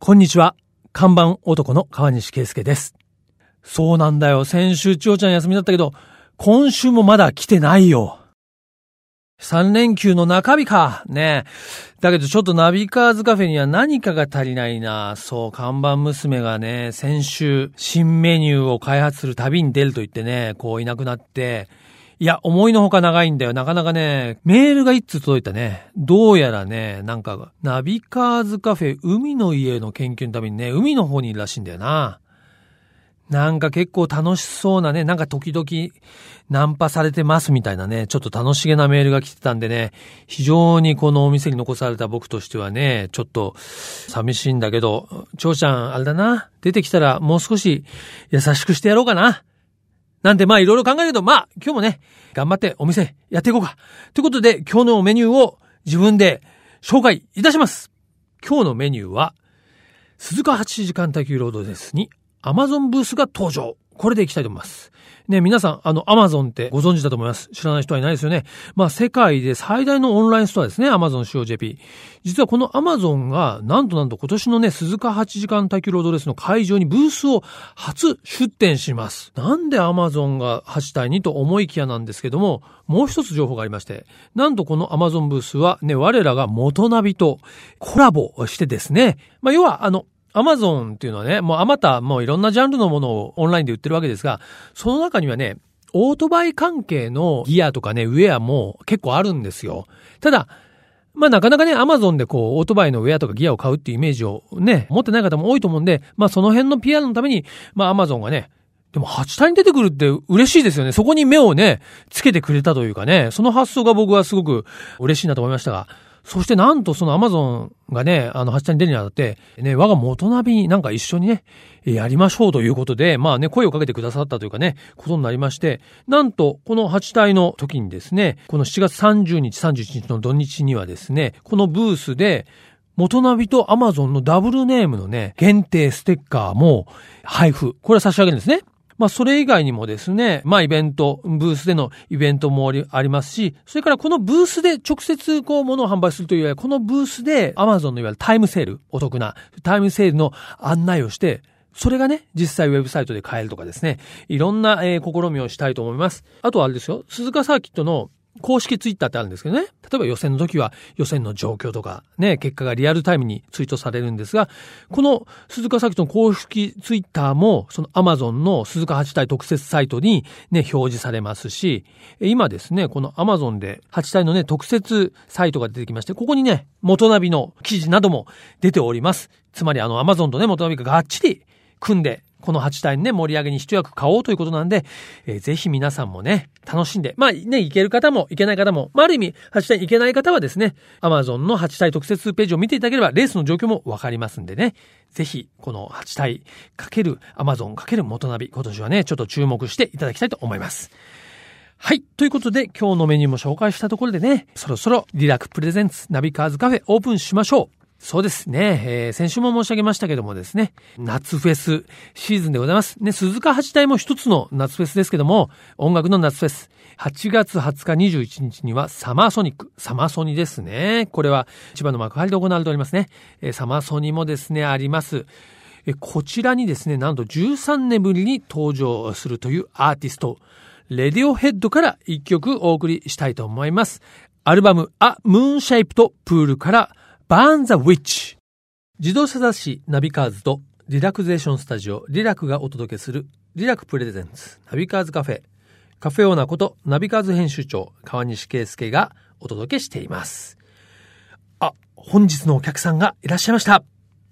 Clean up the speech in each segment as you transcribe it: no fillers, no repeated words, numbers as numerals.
こんにちは。看板男の川西圭介です。そうなんだよ。先週千代ちゃん休みだったけど、今週もまだ来てないよ。3連休の中日か。ねえ。だけどちょっとナビカーズカフェには何かが足りないな。そう、看板娘がね、先週新メニューを開発する旅に出ると言ってね、こういなくなって、いや、思いのほか長いんだよ。なかなかね、メールが一通届いたね。どうやらね、なんか、ナビカーズカフェ海の家の研究のためにね、海の方にいるらしいんだよな。なんか結構楽しそうなね、なんか時々ナンパされてますみたいなね、ちょっと楽しげなメールが来てたんでね、非常にこのお店に残された僕としてはね、ちょっと寂しいんだけど、長ちゃんあれだな、出てきたらもう少し優しくしてやろうかな。なんでまあいろいろ考えるけど、まあ今日もね、頑張ってお店やっていこうか。ということで今日のメニューを自分で紹介いたします。今日のメニューは、鈴鹿8時間耐久ロードですに、Amazon ブースが登場。これでいきたいと思います。ね、皆さん、Amazon ってご存知だと思います。知らない人はいないですよね。まあ、世界で最大のオンラインストアですね。Amazon CO.JP。実はこの Amazon が、なんと今年のね、鈴鹿8時間耐久ロードレースの会場にブースを初出展します。なんで Amazon が8対2と思いきやなんですけども、もう一つ情報がありまして、なんとこの Amazon ブースはね、我らが元ナビとコラボしてですね、まあ、要はアマゾンっていうのはね、もうあまたもういろんなジャンルのものをオンラインで売ってるわけですが、その中にはね、オートバイ関係のギアとかね、ウェアも結構あるんですよ。ただ、まあなかなかね、アマゾンでこう、オートバイのウェアとかギアを買うっていうイメージをね、持ってない方も多いと思うんで、まあその辺の PR のために、まあアマゾンがね、でも8体に出てくるって嬉しいですよね。そこに目をね、つけてくれたというかね、その発想が僕はすごく嬉しいなと思いましたが、そしてなんとその Amazon がね、8体に出るにあたって、ね、我が元ナビになんか一緒にね、やりましょうということで、まあね、声をかけてくださったというかね、ことになりまして、なんとこの8体の時にですね、この7月30日、31日の土日にはですね、このブースで、元ナビと Amazon のダブルネームのね、限定ステッカーも配布。これは差し上げるんですね。まあそれ以外にもですね、まあイベント、ブースでのイベントもありますし、それからこのブースで直接こう物を販売するというよりは、このブースで Amazon のいわゆるタイムセール、お得なタイムセールの案内をして、それがね、実際ウェブサイトで買えるとかですね、いろんな試みをしたいと思います。あとはあれですよ、鈴鹿サーキットの公式ツイッターってあるんですけどね。例えば予選の時は予選の状況とかね、結果がリアルタイムにツイートされるんですが、この鈴鹿サーキットの公式ツイッターもその Amazon の鈴鹿8体特設サイトにね、表示されますし、今ですね、この Amazon で8体のね、特設サイトが出てきまして、ここにね、元ナビの記事なども出ております。つまりAmazon とね、元ナビががっちり組んで、この8体ね、盛り上げに一役買おうということなんで、ぜひ皆さんもね、楽しんで、まあね、行ける方も行けない方も、まあある意味、8体行けない方はですね、Amazon の8体特設ページを見ていただければ、レースの状況もわかりますんでね、ぜひ、この8体×Amazon× 元ナビ、今年はね、ちょっと注目していただきたいと思います。はい。ということで、今日のメニューも紹介したところでね、そろそろリラクプレゼンツナビカーズカフェオープンしましょう。そうですね、先週も申し上げましたけどもですね、夏フェスシーズンでございます。ね、鈴鹿8体も一つの夏フェスですけども、音楽の夏フェス。8月20日21日にはサマーソニック。サマーソニですね。これは千葉の幕張で行われておりますね。サマーソニもですね、あります。こちらにですね、なんと13年ぶりに登場するというアーティスト、レディオヘッドから一曲お送りしたいと思います。アルバム、A Moon-Shaped Pool から、Burn the Witch。自動車雑誌ナビカーズとリラクゼーションスタジオリラクがお届けするリラクプレゼンツナビカーズカフェ。カフェオーナーことナビカーズ編集長川西圭介がお届けしています。あ、本日のお客さんがいらっしゃいました。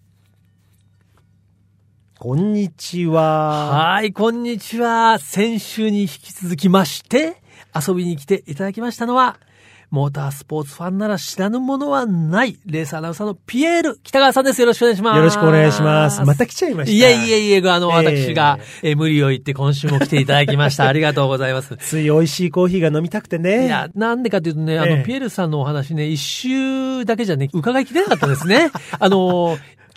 こんにちは。 はい、こんにちは。先週に引き続きまして遊びに来ていただきましたのは、モータースポーツファンなら知らぬものはないレースアナウンサーのピエール北川さんです。よろしくお願いします。 よろしくお願いします。また来ちゃいました。 いえ、私が、無理を言って今週も来ていただきました。ありがとうございます。 つい美味しいコーヒーが飲みたくてね。 いや、なんでかというとね、ピエールさんのお話ね、一週だけじゃね、伺いきれなかったですね。ち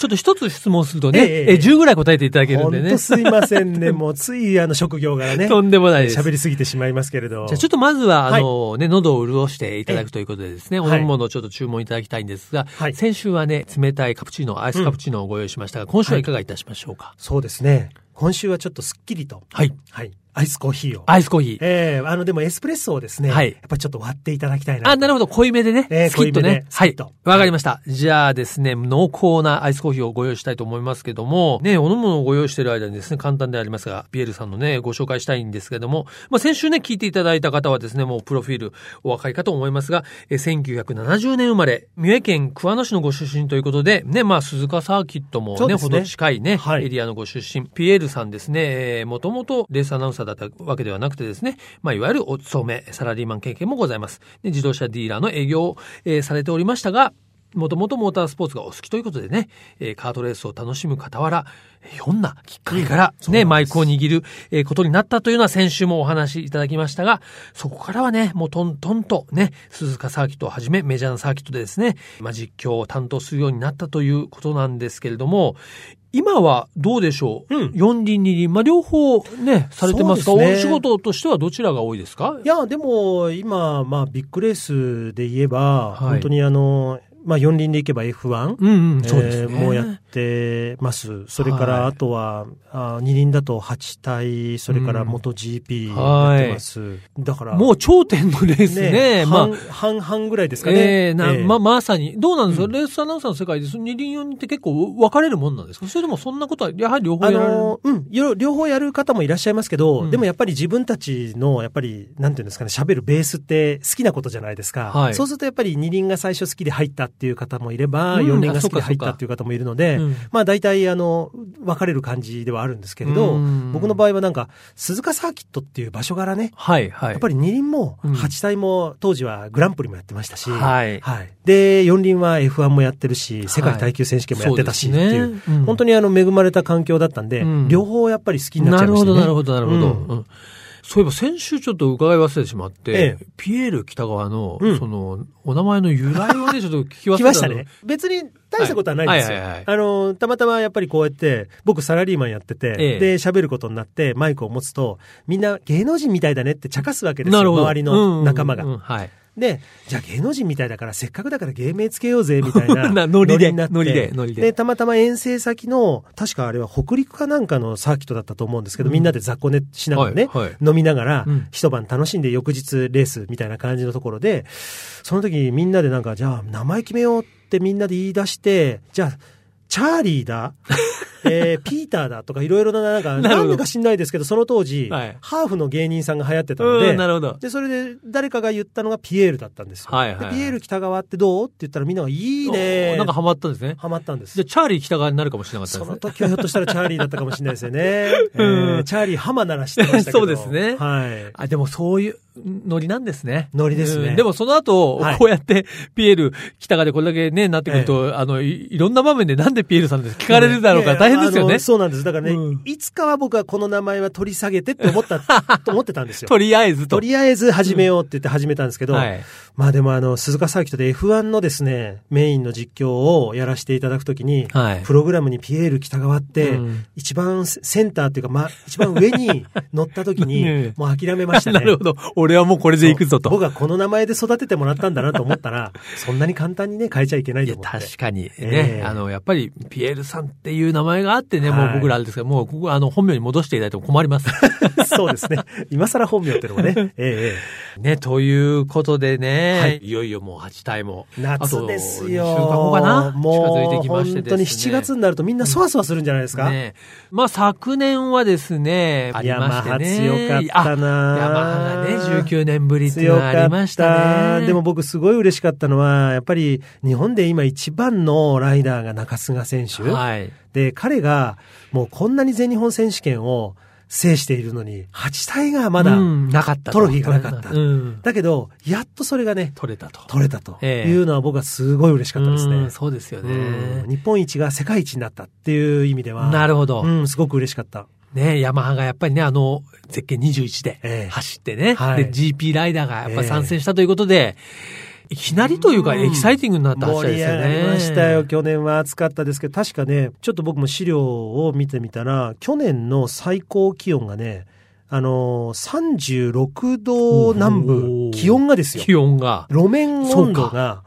ちょっと一つ質問するとね、10ぐらい答えていただけるんでね。 ほんとすいませんね。もうつい職業柄ね。 とんでもないです。 喋りすぎてしまいますけれど。 じゃあちょっとまずは、喉を潤していただくということでですね、お飲み物をちょっと注文いただきたいんですが、先週はね、冷たいカプチーノ、アイスカプチーノをご用意しましたが、今週はいかがいたしましょうか？ そうですね。今週はちょっとスッキリと。はい。アイスコーヒーを。 アイスコーヒー。 でもエスプレッソをですね。やっぱりちょっと割っていただきたいな。 なるほど。濃いめでね。スキッとね。 はい。 わかりました。じゃあですね、濃厚なアイスコーヒーをご用意したいと思いますけども、ね、お飲み物をご用意している間にですね、簡単でありますが、ピエールさんのね、ご紹介したいんですけども、先週ね、聞いていただいた方はですね、もうプロフィールお分かりかと思いますが、1970年生まれ、三重県桑野市のご出身ということで、ね、鈴鹿サーキットもね、ほど近いね、エリアのご出身。ピエールさんですね、もともとレースアナウンサーだったわけではなくてですね、いわゆるお勤め、サラリーマン経験もございます。で、自動車ディーラーの営業を、されておりましたが、もともとモータースポーツがお好きということでね、カートレースを楽しむ傍ら、ひょんなきっかけからね、マイクを握る、ことになったというのは先週もお話しいただきましたが、そこからはね、もうトントンとね、鈴鹿サーキットをはじめメジャーなサーキットでですね、実況を担当するようになったということなんですけれども、今はどうでしょう、四輪二輪、両方ね、されてますか？お仕事としてはどちらが多いですか？ いや、でも、今、ビッグレースで言えば、本当に四輪で行けば F1、 そうですね。 もうやってます。それからあとは、二輪だと8体、それから元 GP やってます。だから。 もう頂点のレースね。 半々ぐらいですかね。 まさに。どうなんですか、レースアナウンサーの世界で、二輪四輪って結構分かれるもんなんですか？それでもそんなことは、やはり両方やられる？ 両方やる方もいらっしゃいますけど、でもやっぱり自分たちの、やっぱり、なんていうんですかね、喋るベースって好きなことじゃないですか。そうするとやっぱり二輪が最初好きで入ったっていう方もいれば、四輪が好きで入ったっていう方もいるので、大体分かれる感じではあるんですけれど、僕の場合はなんか鈴鹿サーキットっていう場所柄ね、やっぱり二輪も8体も当時はグランプリもやってましたし、で四輪は F1 もやってるし、世界耐久選手権もやってたしっていう、本当に恵まれた環境だったんで、両方やっぱり好きになっちゃいましたね。 なるほど。そういえば先週ちょっと伺い忘れてしまって、ピエール北川の、その、お名前の由来をね、ちょっと聞き忘れた。 来ましたね。別に大したことはないんですよ。たまたまやっぱりこうやって、僕サラリーマンやってて、で、喋ることになってマイクを持つと、みんな芸能人みたいだねって茶化すわけですよ、周りの仲間が。で、じゃあ芸能人みたいだからせっかくだから芸名つけようぜみたいなノリになって。で、たまたま遠征先の、確かあれは北陸かなんかのサーキットだったと思うんですけど、みんなで雑魚寝しながらね、飲みながら、一晩楽しんで翌日レースみたいな感じのところで、その時みんなでなんか、じゃあ名前決めようってみんなで言い出して、じゃあ、チャーリーだピーターだとかいろいろな、なんでか知んないですけど、その当時、ハーフの芸人さんが流行ってたので、で、それで誰かが言ったのがピエールだったんですよ。でピエール北川ってどうって言ったらみんながいいね。 なんかハマったんですね。 ハマったんです。 じゃあチャーリー北川になるかもしれなかったですね。 その時はひょっとしたらチャーリーだったかもしれないですよね。チャーリー浜なら知ってましたけど。 そうですね。でもそういうノリなんですね。 ノリですね。 でもその後、こうやってピエール北川でこれだけね、なってくると、いろんな場面でなんでピエールさんです聞かれるだろうから大変ですよね。 そうなんです。だからね、いつかは僕はこの名前は取り下げてって思ってたんですよ。 とりあえず始めようって言って始めたんですけど、でも鈴鹿サーキットで F1 のですね、メインの実況をやらせていただくときに、プログラムにピエール北川って、一番センターっていうか、一番上に乗ったときに、もう諦めましたね。なるほど。俺はもうこれで行くぞと。 僕はこの名前で育ててもらったんだなと思ったら、そんなに簡単にね、変えちゃいけないと思って。 確かにね、やっぱりピエールさんっていう名前があってね、もう僕らあれですけど、もうここ本名に戻していただいても困ります。 そうですね。今更本名ってのもね。 ね、ということでね、いよいよもう8体も。 夏ですよ。 2週間後かな、 もう近づいてきましてですね。 本当に7月になるとみんなそわそわするんじゃないですか。 昨年はですね、ありましてね。 ヤマハ強かったな。 ヤマハがね、19年ぶりっていうのがありましたね。 でも僕すごい嬉しかったのは、やっぱり日本で今一番のライダーが中菅選手。で、彼がもうこんなに全日本選手権を制しているのに、8体がまだ、 なかった。 トロフィーがなかった。だけど、やっとそれがね、 取れたというのは僕はすごい嬉しかったですね。 そうですよね。 日本一が世界一になったっていう意味では。 なるほど。 すごく嬉しかった。 ね、ヤマハがやっぱりね、ゼッケン21で走ってね、で、GP ライダーがやっぱ参戦したということで、 いきなりというかエキサイティングになった走りですよね。 盛り上がりましたよ。去年は暑かったですけど、確かね、ちょっと僕も資料を見てみたら、去年の最高気温がね、36度南部、気温がですよ。 気温が。 路面温度が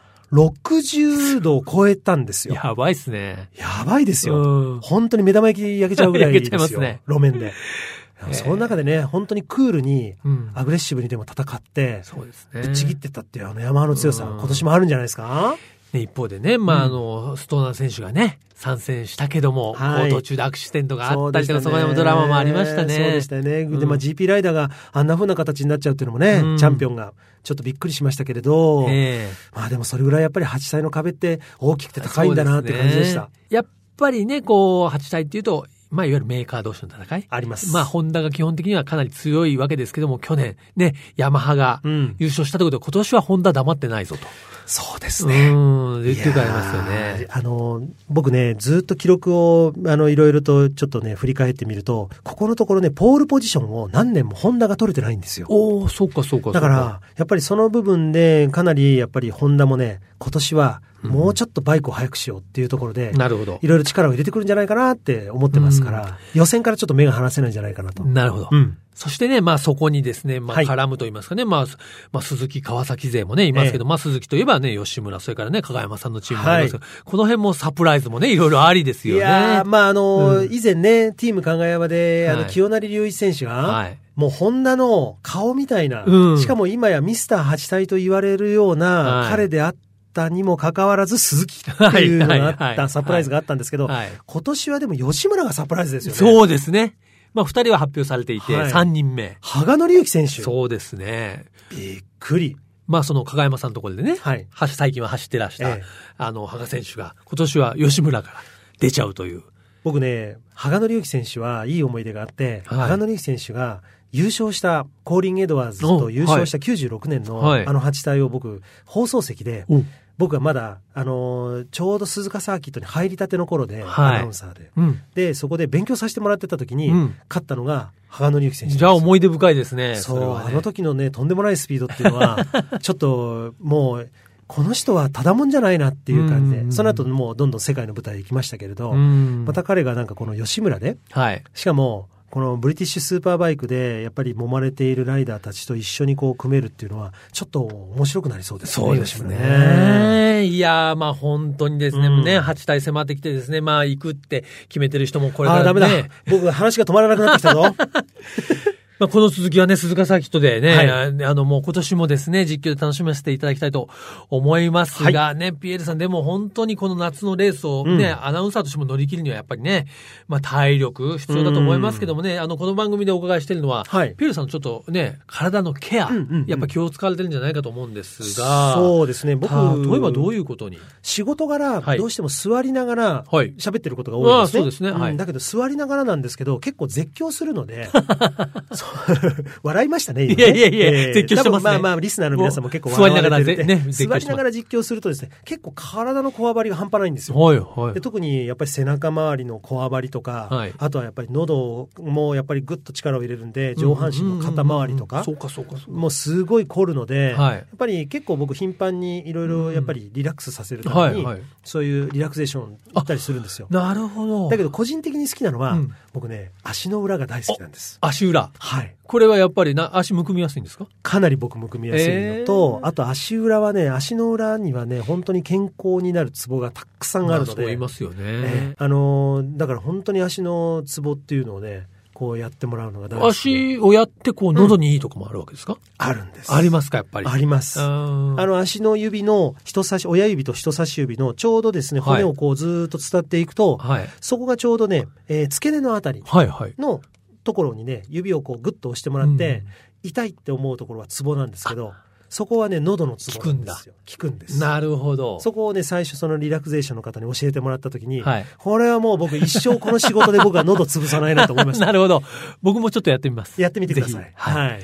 60度を超えたんですよ。 やばいっすね。 やばいですよ。本当に目玉焼き焼けちゃうぐらいですよ。 焼けちゃいますね。 路面で。その中でね、本当にクールに、アグレッシブにでも戦って、 そうですね。 ぶっちぎってたっていう山の強さ、今年もあるんじゃないですか？ 一方でね、ストーナー選手がね、参戦したけども、途中でアクシデントがあったりとか、そこでもドラマもありましたね。 そうでしたね。で、GP ライダーがあんな風な形になっちゃうっていうのもね、チャンピオンがちょっとびっくりしましたけれど、でもそれぐらいやっぱり8歳の壁って大きくて高いんだなって感じでした。 やっぱりね、8歳っていうと、いわゆるメーカー同士の戦いあります。 ホンダが基本的にはかなり強いわけですけども、去年ね、ヤマハが優勝したということで、今年はホンダ黙ってないぞと。 そうですね。 言ってくれますよね。 僕ね、ずっと記録を、いろいろとちょっとね、振り返ってみると、ここのところね、ポールポジションを何年もホンダが取れてないんですよ。 そうか。 だから、やっぱりその部分で、かなりやっぱりホンダもね、今年は、もうちょっとバイクを速くしようっていうところで、 なるほど。 いろいろ力を入れてくるんじゃないかなって思ってますから、予選からちょっと目が離せないんじゃないかなと。 なるほど。そしてね、そこにですね、絡むと言いますかね、鈴木川崎勢もね、いますけど、鈴木といえばね、吉村、それからね、加賀山さんのチームもありますけど、この辺もサプライズもね、いろいろありですよね。 以前ね、チーム加賀山で、清成隆一選手が、もうホンダの顔みたいな、しかも今やミスター8体と言われるような彼であったにもかかわらず鈴木っていうのがあった、サプライズがあったんですけど、今年はでも吉村がサプライズですよね。 そうですね。2人は発表されていて、3人目。 羽賀紀之選手。 そうですね。 びっくり。 その加賀山さんのところでね、最近は走ってらした、羽賀選手が、今年は吉村から出ちゃうという。 僕ね、羽賀紀之選手はいい思い出があって、羽賀紀之選手が優勝したコーリン・エドワーズと優勝した96年の8体を僕、放送席で、僕はまだ、ちょうど鈴鹿サーキットに入りたての頃で、アナウンサーで。で、そこで勉強させてもらってた時に、勝ったのが、羽賀紀之選手。 じゃあ思い出深いですね。 そう、あの時のね、とんでもないスピードっていうのは、ちょっと、もう、この人はただもんじゃないなっていう感じで、その後もうどんどん世界の舞台へ行きましたけれど、また彼がなんかこの吉村で、しかも、このブリティッシュスーパーバイクでやっぱり揉まれているライダーたちと一緒に組めるっていうのはちょっと面白くなりそうですね。 そうですね。いや本当にですね、8体迫ってきてですね、行くって決めてる人もこれからね。 ダメだ。僕話が止まらなくなってきたぞ。 この続きはね、鈴鹿サーキットでね、もう今年もですね、実況で楽しませていただきたいと思いますがね、ピエールさん、でも本当にこの夏のレースをね、アナウンサーとしても乗り切るにはやっぱりね、体力必要だと思いますけどもね、この番組でお伺いしているのは、ピエールさんのちょっとね、体のケア、やっぱ気を使われてるんじゃないかと思うんですが、 そうですね、僕、 例えばどういうことに？ 仕事柄、どうしても座りながら喋ってることが多いんですね。 そうですね。 だけど座りながらなんですけど、結構絶叫するので、笑いましたね、 今ね。いや、絶叫してますね。 リスナーの皆さんも結構笑われてるんで、座りながら実況するとですね、結構体のこわばりが半端ないんですよ。で特にやっぱり背中周りのこわばりとか、あとはやっぱり喉もやっぱりグッと力を入れるんで、上半身の肩周りとか、もうすごい凝るので、やっぱり結構僕頻繁にいろいろやっぱりリラックスさせるために、そういうリラクゼーション行ったりするんですよ。 なるほど。 だけど個人的に好きなのは、僕ね、足の裏が大好きなんです。 足裏。 はい。 これはやっぱり足むくみやすいんですか？ かなり僕むくみやすいのと、あと足裏はね、足の裏にはね、本当に健康になるツボがたくさんあるので。 そう言いますよね。 だから本当に足のツボっていうのをね、やってもらうのが大事。 足をやって喉にいいとこもあるわけですか？ あるんです。 ありますか、やっぱり。あります。足の指の親指と人差し指のちょうどですね、骨をずっと伝っていくと、そこがちょうどね、付け根のあたりのところにね、指をグッと押してもらって、痛いって思うところはツボなんですけど、そこはね、喉のツボなんですよ。効くんです。 なるほど。 そこをね、最初そのリラクゼーションの方に教えてもらったときに、これはもう僕一生この仕事で僕は喉潰さないなと思いました。 なるほど。僕もちょっとやってみます。 やってみてください。はい。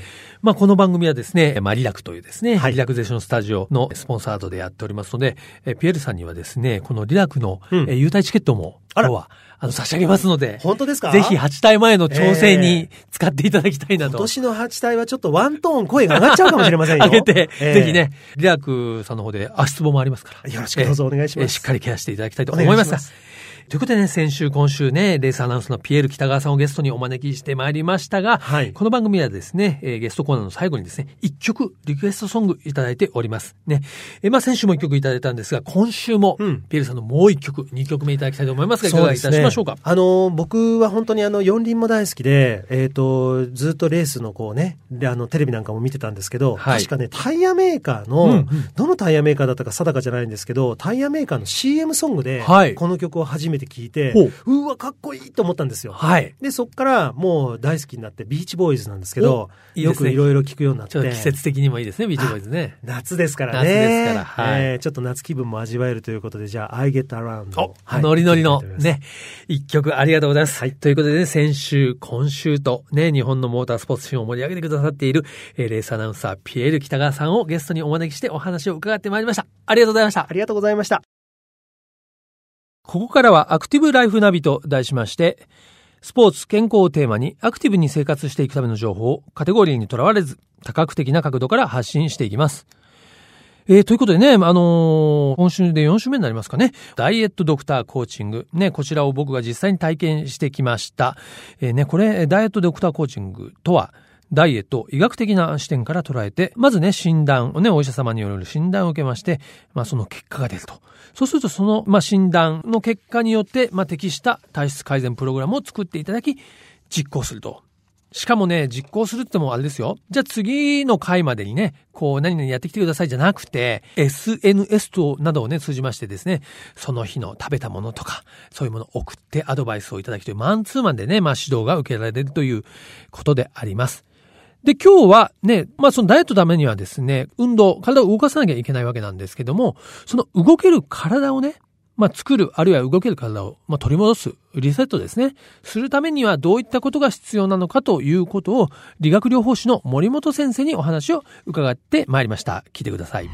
この番組はですね、リラクというですね、リラクゼーションスタジオのスポンサードでやっておりますので、ピエールさんにはですね、このリラクの、優待チケットも今日は差し上げますので、 本当ですか？ ぜひ8体前の調整に使っていただきたいなと。 今年の8体はちょっとワントーン声が上がっちゃうかもしれませんよ。 上げて、ぜひね、リラクさんの方で足つぼもありますから。 よろしくどうぞお願いします。 しっかりケアしていただきたいと思いますが。ということでね、先週、今週ね、レースアナウンスのピエール北川さんをゲストにお招きしてまいりましたが、この番組はですね、ゲストコーナーの最後にですね、1曲リクエストソングいただいております。ね。先週も1曲いただいたんですが、今週も、ピエールさんのもう1曲、2曲目いただきたいと思いますが、いかがいたしましょうか。 僕は本当に四輪も大好きで、ずっとレースのこうね、テレビなんかも見てたんですけど、確かね、タイヤメーカーの、どのタイヤメーカーだったか定かじゃないんですけど、タイヤメーカーの CM ソングで、この曲を初めて聴いて、うわ、かっこいいと思ったんですよ。で、そっからもう大好きになって、ビーチボーイズなんですけど、よくいろいろ聞くようになって。 ちょっと季節的にもいいですね、ビーチボーイズね。 夏ですからね。夏ですから。ちょっと夏気分も味わえるということで、じゃあ、I Get Around。 ノリノリのね、一曲ありがとうございます。ということでね、先週、今週とね、日本のモータースポーツシーンを盛り上げてくださっている、レースアナウンサー、ピエール北川さんをゲストにお招きしてお話を伺ってまいりました。ありがとうございました。 ありがとうございました。 ここからはアクティブライフナビと題しまして、スポーツ、健康をテーマにアクティブに生活していくための情報をカテゴリーにとらわれず、多角的な角度から発信していきます。ということでね、今週で4週目になりますかね。ダイエットドクターコーチング。ね、こちらを僕が実際に体験してきました。これ、ダイエットドクターコーチングとは、ダイエットを医学的な視点から捉えて、まずね、診断をね、お医者様による診断を受けまして、その結果が出ると。そうすると、その、診断の結果によって、適した体質改善プログラムを作っていただき、実行すると。しかもね、実行するってもあれですよ。じゃあ次の回までにね、何々やってきてくださいじゃなくて、SNS などをね、通じましてですね、その日の食べたものとか、そういうものを送ってアドバイスをいただきというマンツーマンでね、指導が受けられるということであります。で、今日はね、そのダイエットのためにはですね、運動、体を動かさなきゃいけないわけなんですけども、その動ける体をね、作る、あるいは動ける体を、取り戻す、リセットですね。するためにはどういったことが必要なのかということを、理学療法士の森本先生にお話を伺ってまいりました。聞いてください。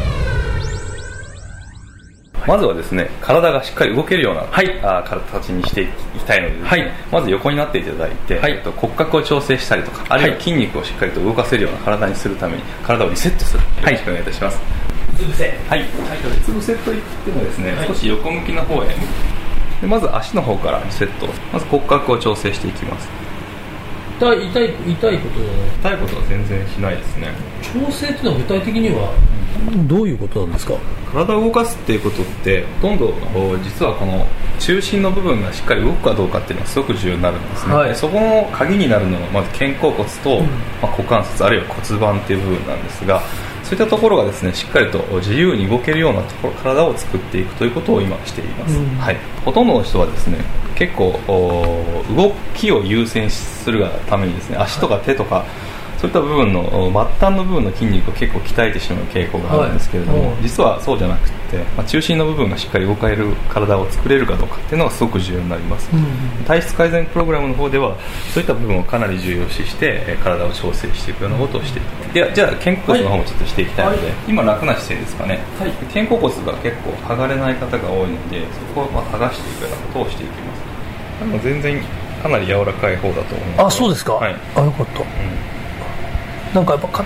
まずはですね、体がしっかり動けるような、形にしていきたいのでですね、まず横になっていただいて、骨格を調整したりとか、あるいは筋肉をしっかりと動かせるような体にするために、体をリセットする。よろしくお願いいたします。 うつ伏せ。 うつ伏せといってもですね、少し横向きの方へ。でまず足の方からリセット。まず骨格を調整していきます。 痛いことは全然しないですね。 調整っていうのは具体的にはどういうことなんですか？ 体を動かすっていうことってほとんど実はこの中心の部分がしっかり動くかどうかっていうのがすごく重要になるんですね。そこの鍵になるのがまず肩甲骨と、股関節あるいは骨盤っていう部分なんですが、そういったところがですね、しっかりと自由に動けるようなところ、体を作っていくということを今しています。ほとんどの人はですね、結構動きを優先するがためにですね、足とか手とかそういった部分の末端の部分の筋肉を結構鍛えてしまう傾向があるんですけれども、実はそうじゃなくて、中心の部分がしっかり動かれる体を作れるかどうかっていうのがすごく重要になります。体質改善プログラムの方ではそういった部分をかなり重要視して体を調整していくようなことをしていきます。じゃあ肩甲骨の方もちょっとしていきたいので、今楽な姿勢ですかね。肩甲骨が結構剥がれない方が多いので、そこを剥がしていくようなことをしていきます。全然かなり柔らかい方だと思います。 あ、そうですか。よかった。なんかやっぱ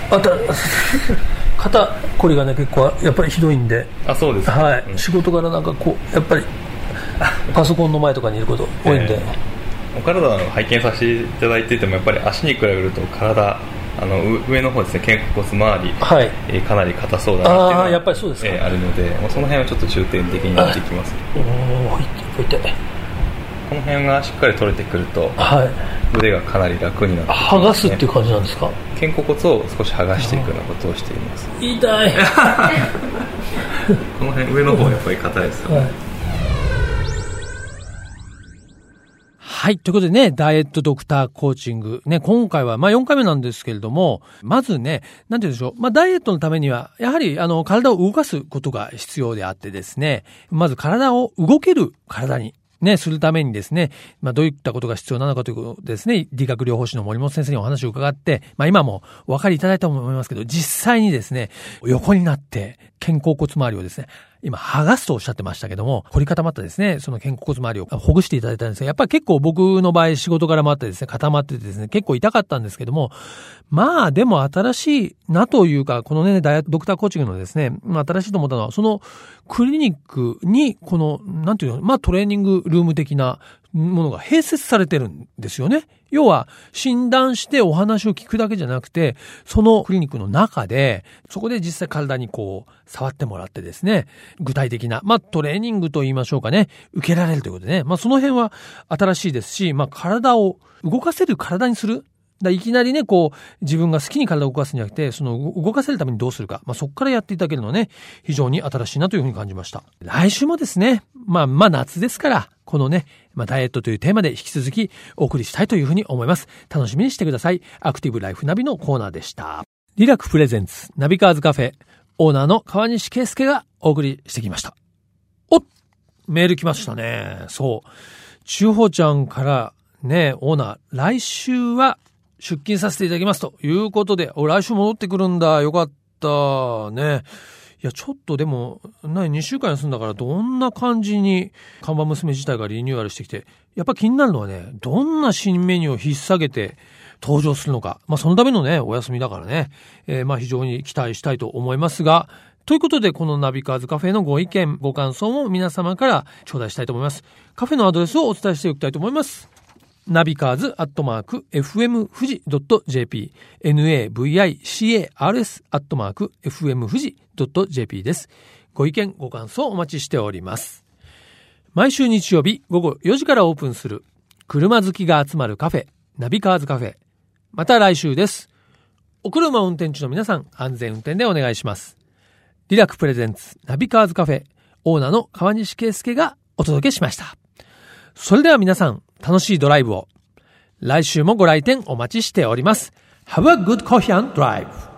肩こりがね結構やっぱりひどいんで。 そうです。 仕事からなんかやっぱりパソコンの前とかにいること多いんで。 お体を拝見させていただいていてもやっぱり足に比べると体上の方ですね、肩甲骨周り、かなり硬そうだなっていうのがやっぱりそうですか、 あるので、その辺はちょっと重点的になっていきます。 痛い。 この辺がしっかり取れてくると、腕がかなり楽になってきますね。 剥がすっていう感じなんですか？ 肩甲骨を少し剥がしていくようなことをしています。 痛いこの辺上の方はやっぱり硬いですよね。 ということでね、ダイエットドクターコーチング。ね、今回は4回目なんですけれども、まずね、なんて言うんでしょう。ダイエットのためには、やはり体を動かすことが必要であってですね、まず体を動ける体にね、するためにですね、どういったことが必要なのかということですね、理学療法士の森本先生にお話を伺って、今もお分かりいただいたと思いますけど、実際にですね、横になって肩甲骨周りをですね、今剥がすとおっしゃってましたけども、凝り固まったですね、その肩甲骨周りをほぐしていただいたんですが、やっぱり結構僕の場合仕事からもあってですね、固まっててですね、結構痛かったんですけども、でも新しいなというか、このね、ドクターコーチングのですね、新しいと思ったのは、そのクリニックに、この、なんていうの、トレーニングルーム的なものが併設されてるんですよね。要は、診断してお話を聞くだけじゃなくて、そのクリニックの中で、そこで実際体に触ってもらってですね、具体的な、トレーニングと言いましょうかね、受けられるということでね、その辺は新しいですし、体を動かせる体にする。いきなりね、自分が好きに体を動かすんじゃなくて、その動かせるためにどうするか。そこからやっていただけるのはね、非常に新しいなというふうに感じました。来週もですね、夏ですから、このね、ダイエットというテーマで引き続きお送りしたいというふうに思います。楽しみにしてください。アクティブライフナビのコーナーでした。リラクプレゼンツナビカーズカフェ、オーナーの川西圭介がお送りしてきました。メール来ましたね。そう。千穂ちゃんからね、オーナー、来週は出勤させていただきますということで、来週戻ってくるんだ。よかったね。いや、ちょっとでも、2週間休んだからどんな感じに看板娘自体がリニューアルしてきて、やっぱ気になるのはね、どんな新メニューを引っ提げて登場するのか。そのためのね、お休みだからね、非常に期待したいと思いますが、ということで、このナビカーズカフェのご意見、ご感想も皆様から頂戴したいと思います。カフェのアドレスをお伝えしておきたいと思います。ナビカーズ@fm富士.jp navicars@fm富士.jp です。ご意見ご感想お待ちしております。毎週日曜日午後4時からオープンする車好きが集まるカフェ、ナビカーズカフェ。また来週です。お車運転中の皆さん、安全運転でお願いします。リラクプレゼンツナビカーズカフェ、オーナーの川西圭介がお届けしました。それでは皆さん、楽しいドライブを。来週もご来店お待ちしております。Have a good coffee and drive!